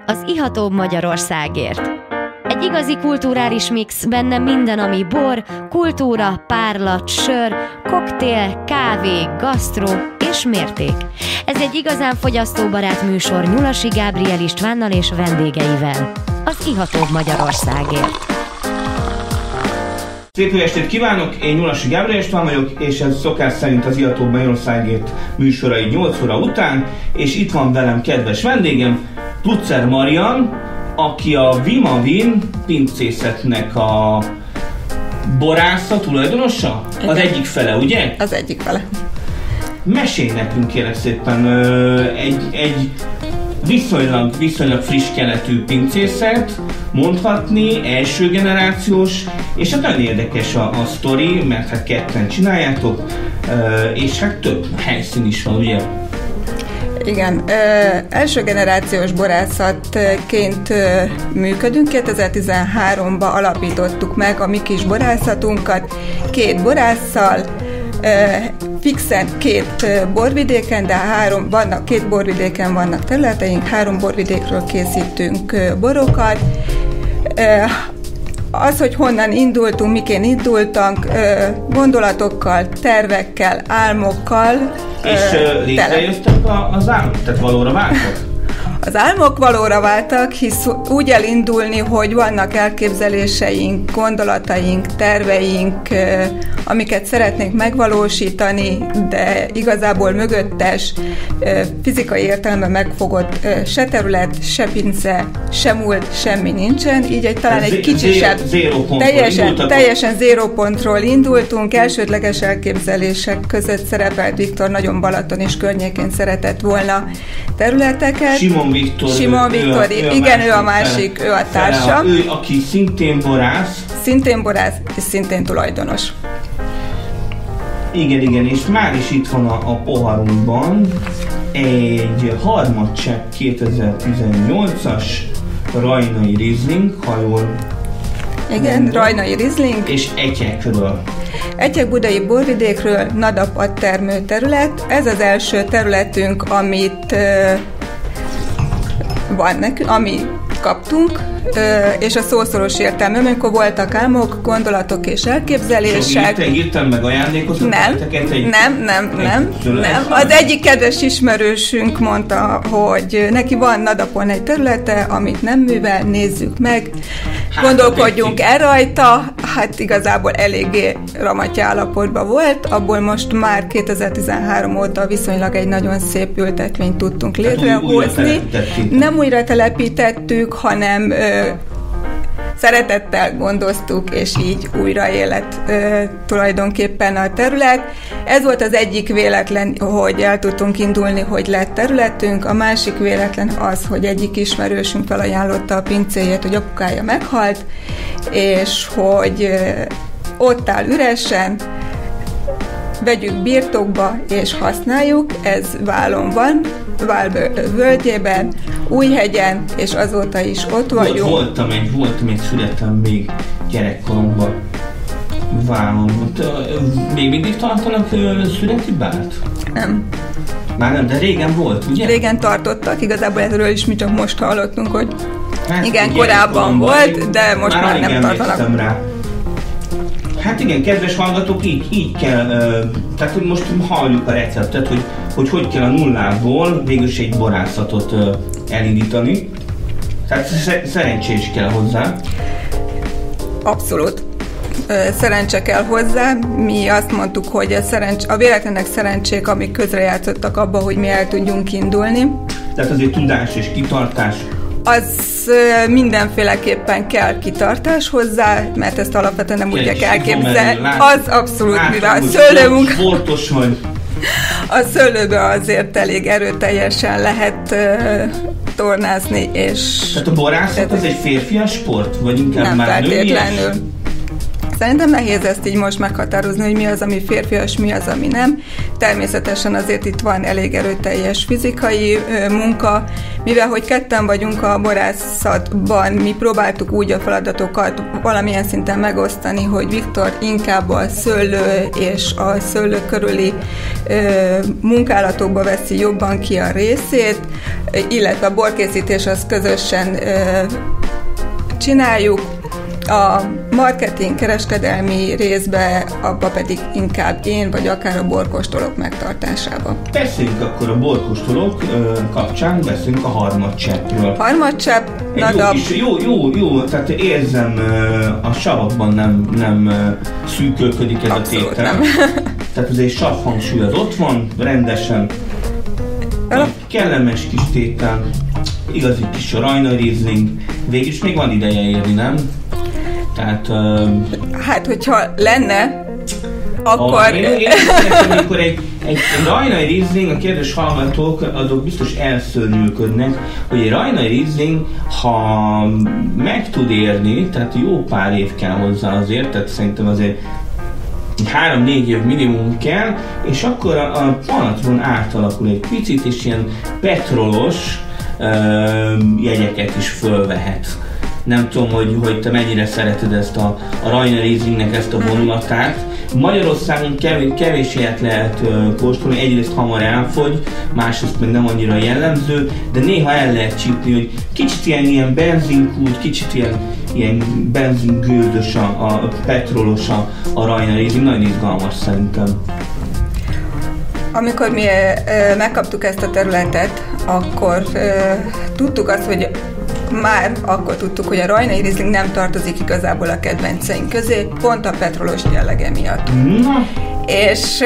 az ihatóbb Magyarországért. Egy igazi kulturális mix, benne minden, ami bor, kultúra, párlat, sör, koktél, kávé, gasztró és mérték. Ez egy igazán fogyasztóbarát műsor Nyulasi Gábriel Istvánnal és vendégeivel. Az ihatóbb Magyarországért. Szép jó estét kívánok, én Nyulasi Gábriel István vagyok, és ez szokás szerint az ihatóbb Magyarországért műsorai 8 óra után, és itt van velem kedves vendégem, Plucer Marian, aki a Vimavin pincészetnek a borásza, tulajdonosa? Igen. Az egyik fele, ugye? Az egyik fele. Mesélj nekünk kérlek szépen egy viszonylag friss keletű pincészet, mondhatni, első generációs, és hát nagyon érdekes a sztori, mert hát ketten csináljátok, és hát több helyszín is van, ugye? Igen, első generációs borászatként működünk. 2013-ban alapítottuk meg a mi kis borászatunkat 2 borásszal, fixen 2 borvidéken, de 2 borvidéken vannak területeink, 3 borvidékről készítünk borokat. Az, hogy honnan indultunk, miként indultunk, gondolatokkal, tervekkel, álmokkal. És létrejöttek az álmok? Tehát valóra váltak? Az álmok valóra váltak, hisz úgy elindulni, hogy vannak elképzeléseink, gondolataink, terveink, amiket szeretnénk megvalósítani, de igazából mögöttes, fizikai értelemben megfogott se terület, se pince, se múlt, semmi nincsen, így talán egy kicsisebb, teljesen zéró pontról indultunk, elsődleges elképzelések között szerepelt Viktor, nagyon Balaton és környékén szeretett volna területeket. Simon Viktor, igen, ő a másik, ő a társa. Ő, aki szintén borász. Szintén borász, és szintén tulajdonos. Igen, és már is itt van a poharunkban egy harmadcsepp 2018-as Rajnai Riesling, ha jól igen, mondom. Rajnai Riesling. És Etyekről. Etyek-budai borvidékről, Nadapad termő terület. Ez az első területünk, amit van nekünk, ami kaptunk, és a szószoros értelmében, amikor voltak álmok, gondolatok és elképzelések. Írtam meg ajándékozott? Nem. Az egyik kedves ismerősünk mondta, hogy neki van Nadapon egy területe, amit nem művel, nézzük meg, gondolkodjunk el rajta, hát igazából eléggé ramatja állapotban volt, abból most már 2013 óta viszonylag egy nagyon szép ültetvényt tudtunk létrehozni. Nem újra telepítettük, hanem szeretettel gondoztuk, és így újraélet tulajdonképpen a terület. Ez volt az egyik véletlen, hogy el tudtunk indulni, hogy lett területünk, a másik véletlen az, hogy egyik ismerősünk felajánlotta a pincéjét, hogy apukája meghalt, és hogy ott áll üresen, vegyük birtokba és használjuk, ez Válon van, Vál völgyében, Újhegyen, és azóta is ott vagyunk. Voltam egy születem még gyerekkoromban Válon. Még mindig tartanak születi bárt? Nem. Már nem, de régen volt, ugye? Régen tartottak, igazából erről is mi csak most hallottunk, hogy hát, igen, korábban volt, de most már nem tartanak. Rá. Hát igen, kedves hallgatók, így kell, tehát hogy most halljuk a receptet, hogy kell a nullából végülis egy borászatot elindítani. Tehát szerencsés kell hozzá. Abszolút. Szerencse kell hozzá. Mi azt mondtuk, hogy a véletlenek szerencsék, amik közrejátszottak abba, hogy mi el tudjunk indulni. Tehát azért tudás és kitartás. Az mindenféleképpen kell kitartás hozzá, mert ezt alapvetően nem úgy kell elképzelni. Az abszolút, mivel a szőlőmunka... Sportos vagy. A szőlőbe azért elég erőteljesen lehet tornázni, és... Tehát a borászat az egy férfias sport? Vagy inkább nem már feltétlenül. Szerintem nehéz ezt így most meghatározni, hogy mi az, ami férfias, mi az, ami nem. természetesen azért itt van elég erőteljes fizikai munka, mivel hogy ketten vagyunk a borászatban, mi próbáltuk úgy a feladatokat valamilyen szinten megosztani, hogy Viktor inkább a szőlő és a szőlő körüli munkálatokba veszi jobban ki a részét, illetve a borkészítés az közösen csináljuk. A marketing, kereskedelmi részbe, abba pedig inkább én, vagy akár a borkóstolók megtartásába. Beszéljünk akkor a borkóstolók kapcsán, beszéljünk a harmadcseppről. Harmadcsepp, jó, tehát érzem, a savakban nem szűkölködik ez abszolút a tétel. Nem. Tehát azért savhangsúly az ott van, rendesen, kellemes kis tétel, igazi kis Rajna Riesling, végülis még van ideje érni, nem? Tehát, hát, hogyha lenne, akkor... Én szeretném, amikor egy Rajna Riesling, a kedves hallgatók, azok biztos elszörnyűködnek, hogy egy Rajna Riesling, ha meg tud érni, tehát jó pár év kell hozzá azért, tehát szerintem azért 3-4 év minimum kell, és akkor a Palatron átalakul egy picit, és ilyen petrolos jegyeket is fölvehet. Nem tudom, hogy te mennyire szereted ezt a Rajna Rieslingnek ezt a vonulatát. Magyarországon kevés ilyet lehet kóstolni, egyrészt hamar elfogy, másrészt meg nem annyira jellemző, de néha el lehet csípni, hogy kicsit ilyen benzinkút, kicsit ilyen benzingőzös, a petrolos a Rajna Riesling, nagyon izgalmas szerintem. Amikor mi megkaptuk ezt a területet, akkor tudtuk azt, hogy már akkor tudtuk, hogy a Rajna Riesling nem tartozik igazából a kedvenceink közé, pont a petrolos jellege miatt. Na. És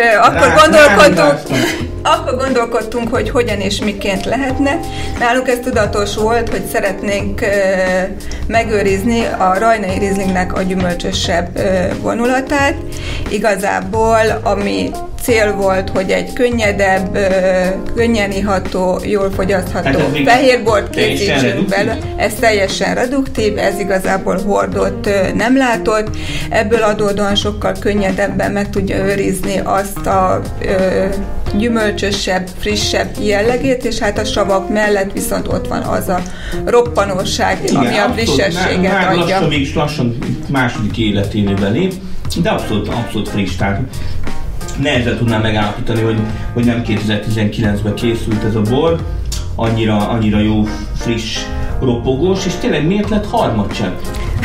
akkor gondolkodtunk, hogy hogyan és miként lehetne. Nálunk ez tudatos volt, hogy szeretnénk megőrizni a Rajna Rieslingnek a gyümölcsösebb vonulatát. Igazából, ami cél volt, hogy egy könnyedebb, könnyen iható, jól fogyasztható fehérbort készítsünk belőle. Ez teljesen reduktív, ez igazából hordót nem látott. Ebből adódóan sokkal könnyedebben meg tudja őrizni azt a gyümölcsösebb, frissebb jellegét, és hát a savak mellett viszont ott van az a roppanóság, igen, ami a frissességet adja. Lassan második életébe lép, de abszolút friss. Tehát nehezen tudnám megállapítani, hogy nem 2019-ben készült ez a bor, annyira jó, friss, ropogós, és tényleg miért lett harmadcsepp?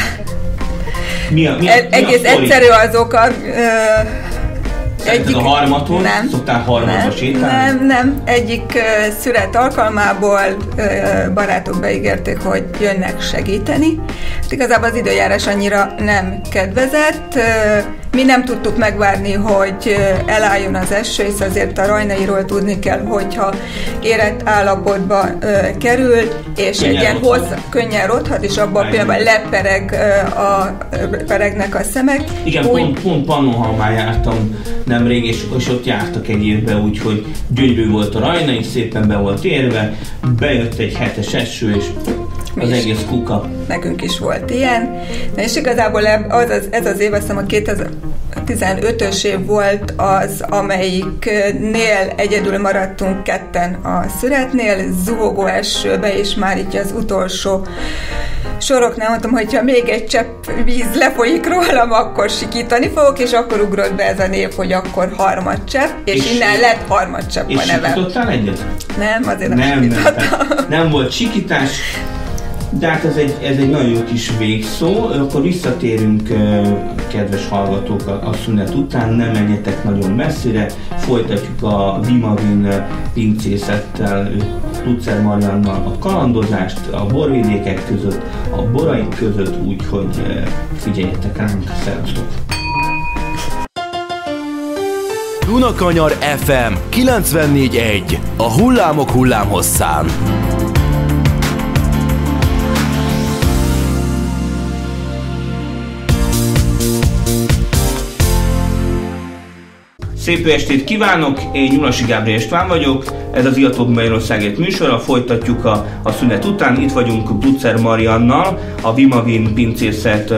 Egész egyszerű az oka. Szerinted a harmadhoz? Szoktál harmadba sétálni? Nem. Egyik szület alkalmából barátok beígérték, hogy jönnek segíteni. Igazából az időjárás annyira nem kedvezett. Mi nem tudtuk megvárni, hogy elálljon az eső, és azért a rajnairól tudni kell, hogyha érett állapotba kerül, és egy ilyen könnyen rothat, és abban a pillanatban leperegnek a szemek. Igen, pont Pannonhalmán jártam nemrég, és ott jártak egy évben, úgyhogy gyönyörű volt a Rajna, és szépen be volt érve, bejött egy hetes eső, és az egész kuka. Nekünk is volt ilyen. Na és igazából ez az év, azt hiszem a 2015-ös év volt az, amelyiknél egyedül maradtunk ketten a szüretnél, zuhogó esőbe, és már így az utolsó soroknál mondtam, hogy ha még egy csepp víz lefolyik rólam, akkor sikítani fogok, és akkor ugrott be ez a név, hogy akkor harmadcsepp, és innen lett harmadcsepp a neve. És sikítottál egyet? Nem, azért nem sikítottam. Nem volt sikítás, de hát ez egy nagyon jó kis végszó. Akkor visszatérünk, kedves hallgatók, a szünet után, nem menjetek nagyon messzire, folytatjuk a Vimavin pincészettel, Lutzer Mariannal a kalandozást a borvidékek között, a boraik között, úgyhogy figyeljetek ránk, szervusztok! Dunakanyar FM 94.1, a hullámok hullámhosszán. Szép estét kívánok, én Nyulasi Gábor István vagyok, ez az Iatóbb Magyarországért műsora, folytatjuk a szünet után, itt vagyunk Lutzer Mariannal, a Vimavin pincészet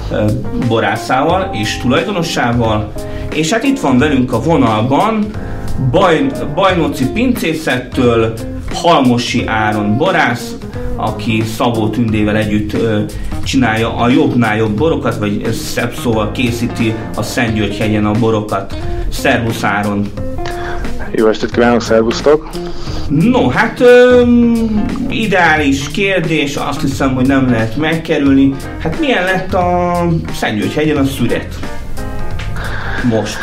borászával és tulajdonossával, és hát itt van velünk a vonalban Bajnoci pincészettől Halmosi Áron borász, aki Szabó Tündével együtt csinálja a jobbnál jobb borokat, vagy szebb szóval készíti a Szentgyörgy-hegyen a borokat. Szervusz Áron! Jó estét kívánok, szervusztok! No, hát ideális kérdés, azt hiszem, hogy nem lehet megkerülni. Hát milyen lett a Szentgyörgy-hegyen a szüret most?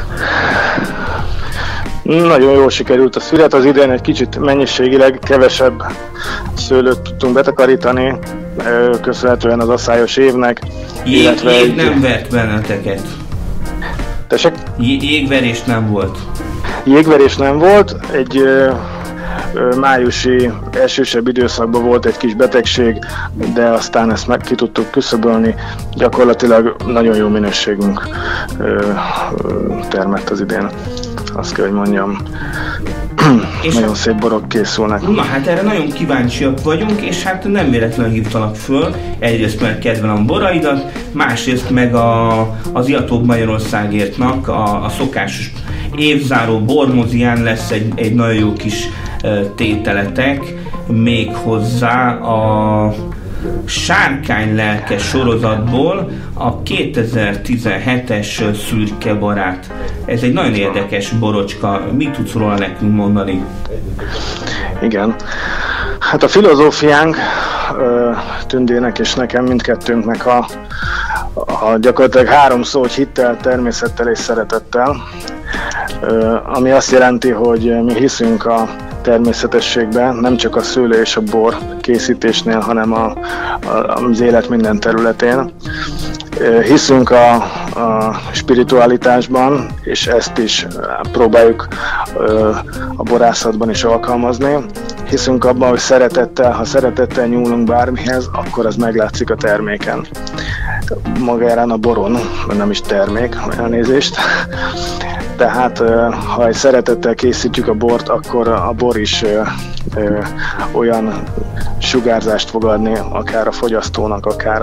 Nagyon jól sikerült a szület, az idén egy kicsit mennyiségileg kevesebb szőlőt tudtunk betakarítani, köszönhetően az asszályos évnek. Jég nem vert benneteket? Tessék? Jégverés nem volt? Jégverés nem volt, egy májusi esősebb időszakban volt egy kis betegség, de aztán ezt meg ki tudtuk küszöbölni, gyakorlatilag nagyon jó minőségünk termett az idén. Azt kell, hogy mondjam, és nagyon szép borok készülnek. Na hát erre nagyon kíváncsiak vagyunk, és hát nem véletlenül hívtalak föl, egyrészt mert kedvelem a boraidat, másrészt meg az Iatóbb Magyarországértnak a szokásos évzáró bormozián lesz egy nagyon jó kis tételetek, méghozzá a Sárkány lelke sorozatból a 2017-es Szürke barát. Ez egy nagyon érdekes borocska. Mit tudsz róla nekünk mondani? Igen. Hát a filozófiánk Tündének és nekem, mindkettőnknek a gyakorlatilag 3 szó, hogy hittel, természettel és szeretettel. Ami azt jelenti, hogy mi hiszünk a természetességben, nem csak a szőlő és a bor készítésnél, hanem az élet minden területén. Hiszünk a spiritualitásban, és ezt is próbáljuk a borászatban is alkalmazni. Hiszünk abban, hogy ha szeretettel nyúlunk bármihez, akkor az meglátszik a terméken. Magárán a boron, nem is termék, elnézést. Tehát ha egy szeretettel készítjük a bort, akkor a bor is olyan sugárzást fog adni, akár a fogyasztónak, akár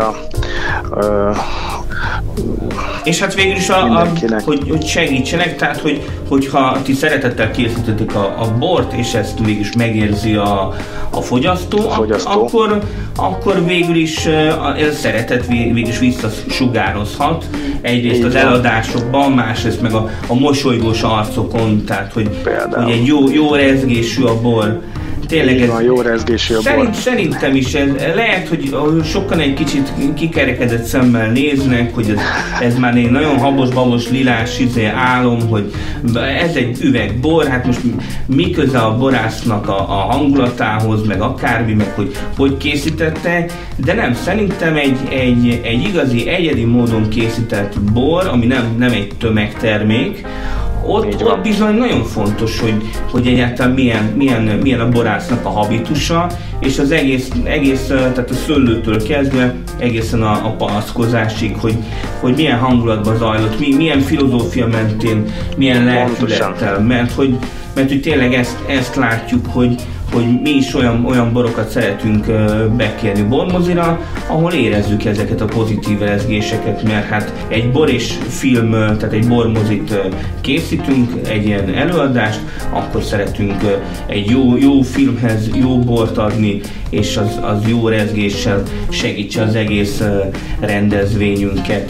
és hát végül is hogy segítsenek, tehát hogyha ti szeretettel készítetek a bort, és ezt végül is megérzi a fogyasztó. Akkor végül is ez a szeretet végül is visszasugározhat. Egyrészt az eladásokban, másrészt meg a mosolygós arcokon, tehát hogy egy jó rezgésű a bor. Tényleg ez jó rezgésű a bor. Szerintem is ez lehet, hogy sokan egy kicsit kikerekedett szemmel néznek, hogy ez már egy nagyon habos-babos lilás álom, hogy ez egy üveg bor, hát most mi köze a borásznak a hangulatához, meg akármi, meg hogy készítette, de nem, szerintem egy igazi, egyedi módon készített bor, ami nem egy tömegtermék, ott bizony nagyon fontos, hogy egyáltalán milyen a borásznak a habitusa, és az egész tehát a szőlőtől kezdve egészen a palackozásig, hogy milyen hangulatban zajlott, milyen filozófia mentén, milyen lelkülettel, mert hogy tényleg ezt látjuk, hogy mi is olyan borokat szeretünk bekérni bormozira, ahol érezzük ezeket a pozitív rezgéseket, mert hát egy bor és film, tehát egy bormozit készítünk, egy ilyen előadást, akkor szeretünk egy jó filmhez jó bort adni, és az jó rezgéssel segítse az egész rendezvényünket.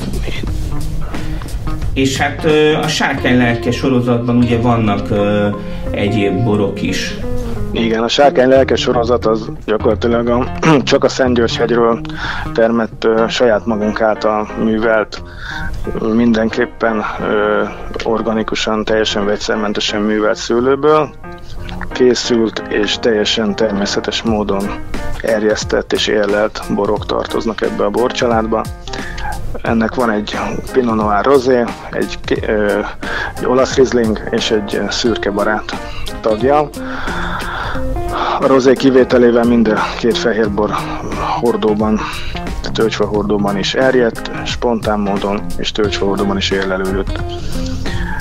És hát a Sárkány lelke sorozatban ugye vannak egyéb borok is. Igen, a Sárkány lelke sorozat az gyakorlatilag csak a Szentgyörgy-hegyről termett, saját magunk által művelt, mindenképpen organikusan, teljesen vegyszermentesen művelt szőlőből készült, és teljesen természetes módon erjesztett és érlelt borok tartoznak ebbe a borcsaládba. Ennek van egy Pinot Noir Rosé, egy olasz Riesling és egy szürke barát tagja. A rozé kivételével mind a 2 fehérbor hordóban, tölgyfa hordóban is erjedt, spontán módon és tölgyfa hordóban is érlelődött.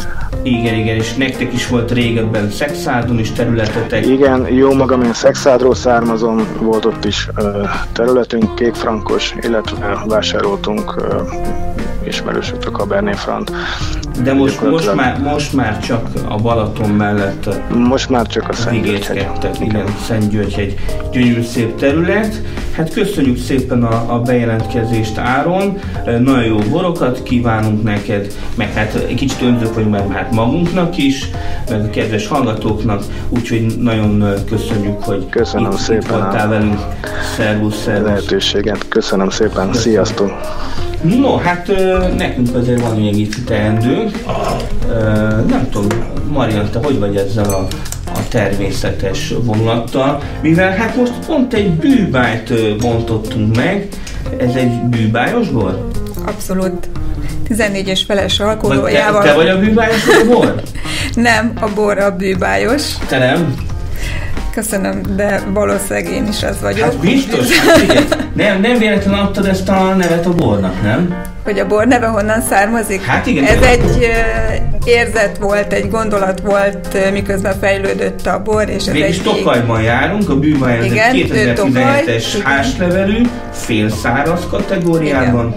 Igen, és nektek is volt régebben Szekszádon is területetek. Igen, jó magam, én Szekszádról származom, volt ott is területünk, kékfrankos, illetve vásároltunk ismerősöktől Cabernet Franc. De most már csak a Balaton mellett most már csak a Szentgyörgyhegy. Igen, Szentgyörgyhegy, gyönyörű szép terület. Hát köszönjük szépen a bejelentkezést, Áron, nagyon jó borokat kívánunk neked, meg hát egy kicsit önzők vagyunk már hát magunknak is, meg a kedves hallgatóknak, úgyhogy nagyon köszönjük, hogy itt voltál velünk. Szervusz. Lehetőséget. Köszönöm szépen, sziasztok! No, hát nekünk azért van még itt teendőnk. Nem tudom, Marian, te hogy vagy ezzel a természetes vonulattal? Mivel hát most pont egy bűbájt bontottunk meg. Ez egy bűbájos bor? Abszolút. 14 és feles alkoholjával. Te vagy a bűbájos vagy a bor? Nem, a bor a bűbájos. Te nem? Köszönöm, de valószínűleg én is az vagyok. Hát biztos, hát igen. Nem véletlenül adtad ezt a nevet a bornak, nem? Hogy a bor neve honnan származik? Hát igen. Ez egy érzet volt, egy gondolat volt, miközben fejlődött a bor, és ez mégis Tokajban járunk, a bűbáj az egy 2017-es házlevelű, félszáraz kategóriában.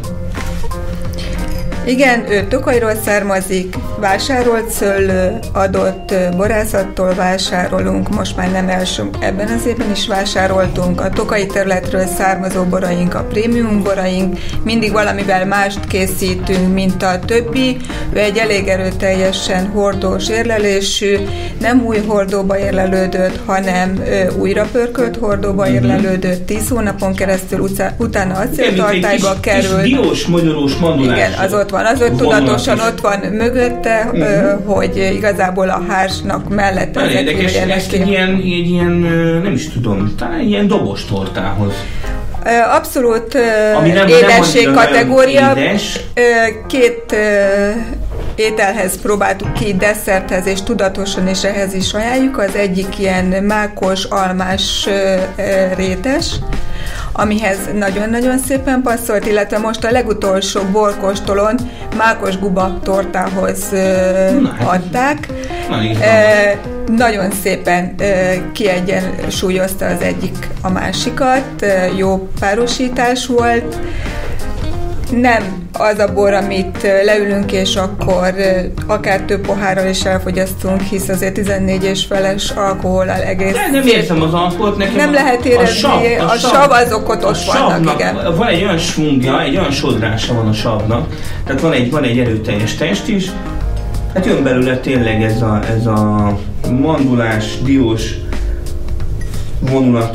Igen, ő Tokajról származik, vásárolt szőlő, adott borászattól vásárolunk, most már nem első, ebben az évben is vásároltunk. A tokaji területről származó boraink, a prémium boraink, mindig valamivel mást készítünk, mint a többi. Ő egy elég erőteljesen hordós érlelésű, nem új hordóba érlelődött, hanem újra pörkölt hordóba érlelődött, 10 hónapon keresztül, utána acéltartályba került. Diós, magyarós mandulás. Igen, az ott van. Az ott tudatosan ott van mögötte, hogy igazából a hársnak mellett ezek jöjjenek. Ezt egy ilyen, nem is tudom, talán ilyen dobostortához. Abszolút édesség kategória. Édes. Két ételhez próbáltuk ki, desszerthez, és tudatosan is ehhez is ajánljuk. Az egyik ilyen mákos, almás rétes, amihez nagyon-nagyon szépen passzolt, illetve most a legutolsó borkóstolón mákos guba tortához adták. Nagyon szépen kiegyensúlyozta az egyik a másikat, jó párosítás volt. Nem az a bor, amit leülünk, és akkor akár több pohárral is elfogyasztunk, hisz azért 14 és feles alkohollal egész... Nem érzem az alkoholt, nekem nem lehet érezni, a sav azok ott vannak, igen. Van egy olyan svungja, egy olyan sodrása van a savnak, tehát van egy erőteljes test is, hát jön belőle tényleg ez a mandulás, diós vonulat.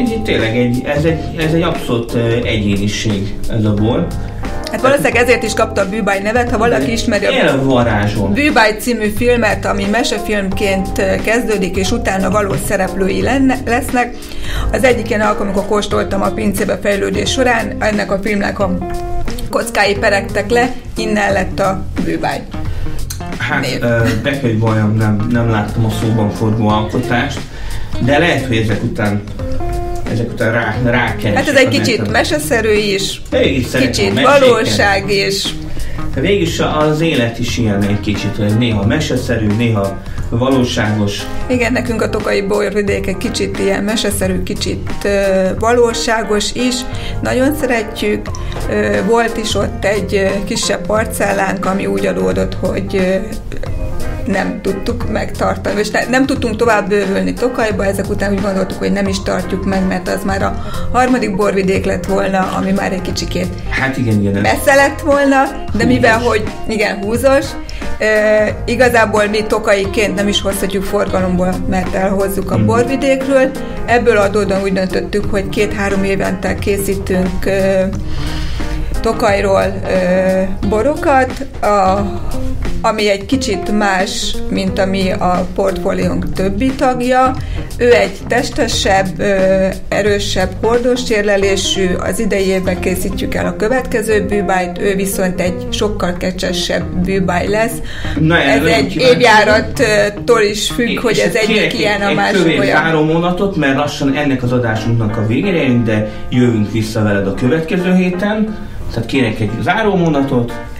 Ez egy abszolút egyéniség ez a bor. Hát valószínűleg ezért is kapta a bűbáj nevet, ha valaki ismeri a Bűbáj című filmet, ami mesefilmként kezdődik, és utána valós szereplői lesznek. Az egyik ilyen alkalom, amikor kóstoltam a pincébe fejlődés során, ennek a filmnek a kockái peregtek le, innen lett a bűbáj. Hát be kell, hogy valljam, nem láttam a szóban forgó alkotást, de lehet, hogy ezek után rákeresek. Hát ez egy kicsit meseszerű is, kicsit valóság is. Végülis az élet is ilyen egy kicsit, hogy néha meseszerű, néha valóságos. Igen, nekünk a tokaji borvidék egy kicsit ilyen meseszerű, kicsit valóságos is. Nagyon szeretjük. Volt is ott egy kisebb parcellánk, ami úgy adódott, hogy nem tudtuk megtartani, és nem tudtunk tovább bővülni Tokajba, ezek után úgy gondoltuk, hogy nem is tartjuk meg, mert az már a harmadik borvidék lett volna, ami már egy kicsikét messze lett volna, de mivel, hogy igen, húzós, igazából mi tokaiként nem is hozhatjuk forgalomból, mert elhozzuk a borvidékről, ebből adódóan úgy döntöttük, hogy 2-3 évente készítünk Tokajról borokat, ami egy kicsit más, mint ami a portfóliónk többi tagja. Ő egy testesebb, erősebb, hordós érlelésű, az idei évben készítjük el a következő bűbájt, ő viszont egy sokkal kecsesebb bűbáj lesz. Ez egy évjárattól is függ, hogy ez egyik ilyen, a másik olyan. Egy záró mondatot, mert lassan ennek az adásunknak a végére jönünk, de jövünk vissza veled a következő héten. Tehát kérek egy záró mondatot.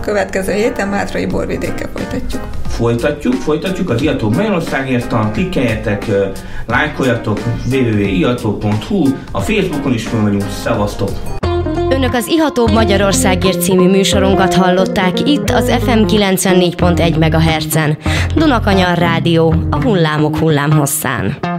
következő héten Mátrai borvidékkel folytatjuk. Folytatjuk az Ihatóbb Magyarországért, klikkeljetek, lájkoljatok, www.iható.hu, a Facebookon is fel vagyunk, szevasztok! Önök az Ihatóbb Magyarországért című műsorunkat hallották itt az FM 94.1 MHz-en. Dunakanyar Rádió, a hullámok hullámhosszán.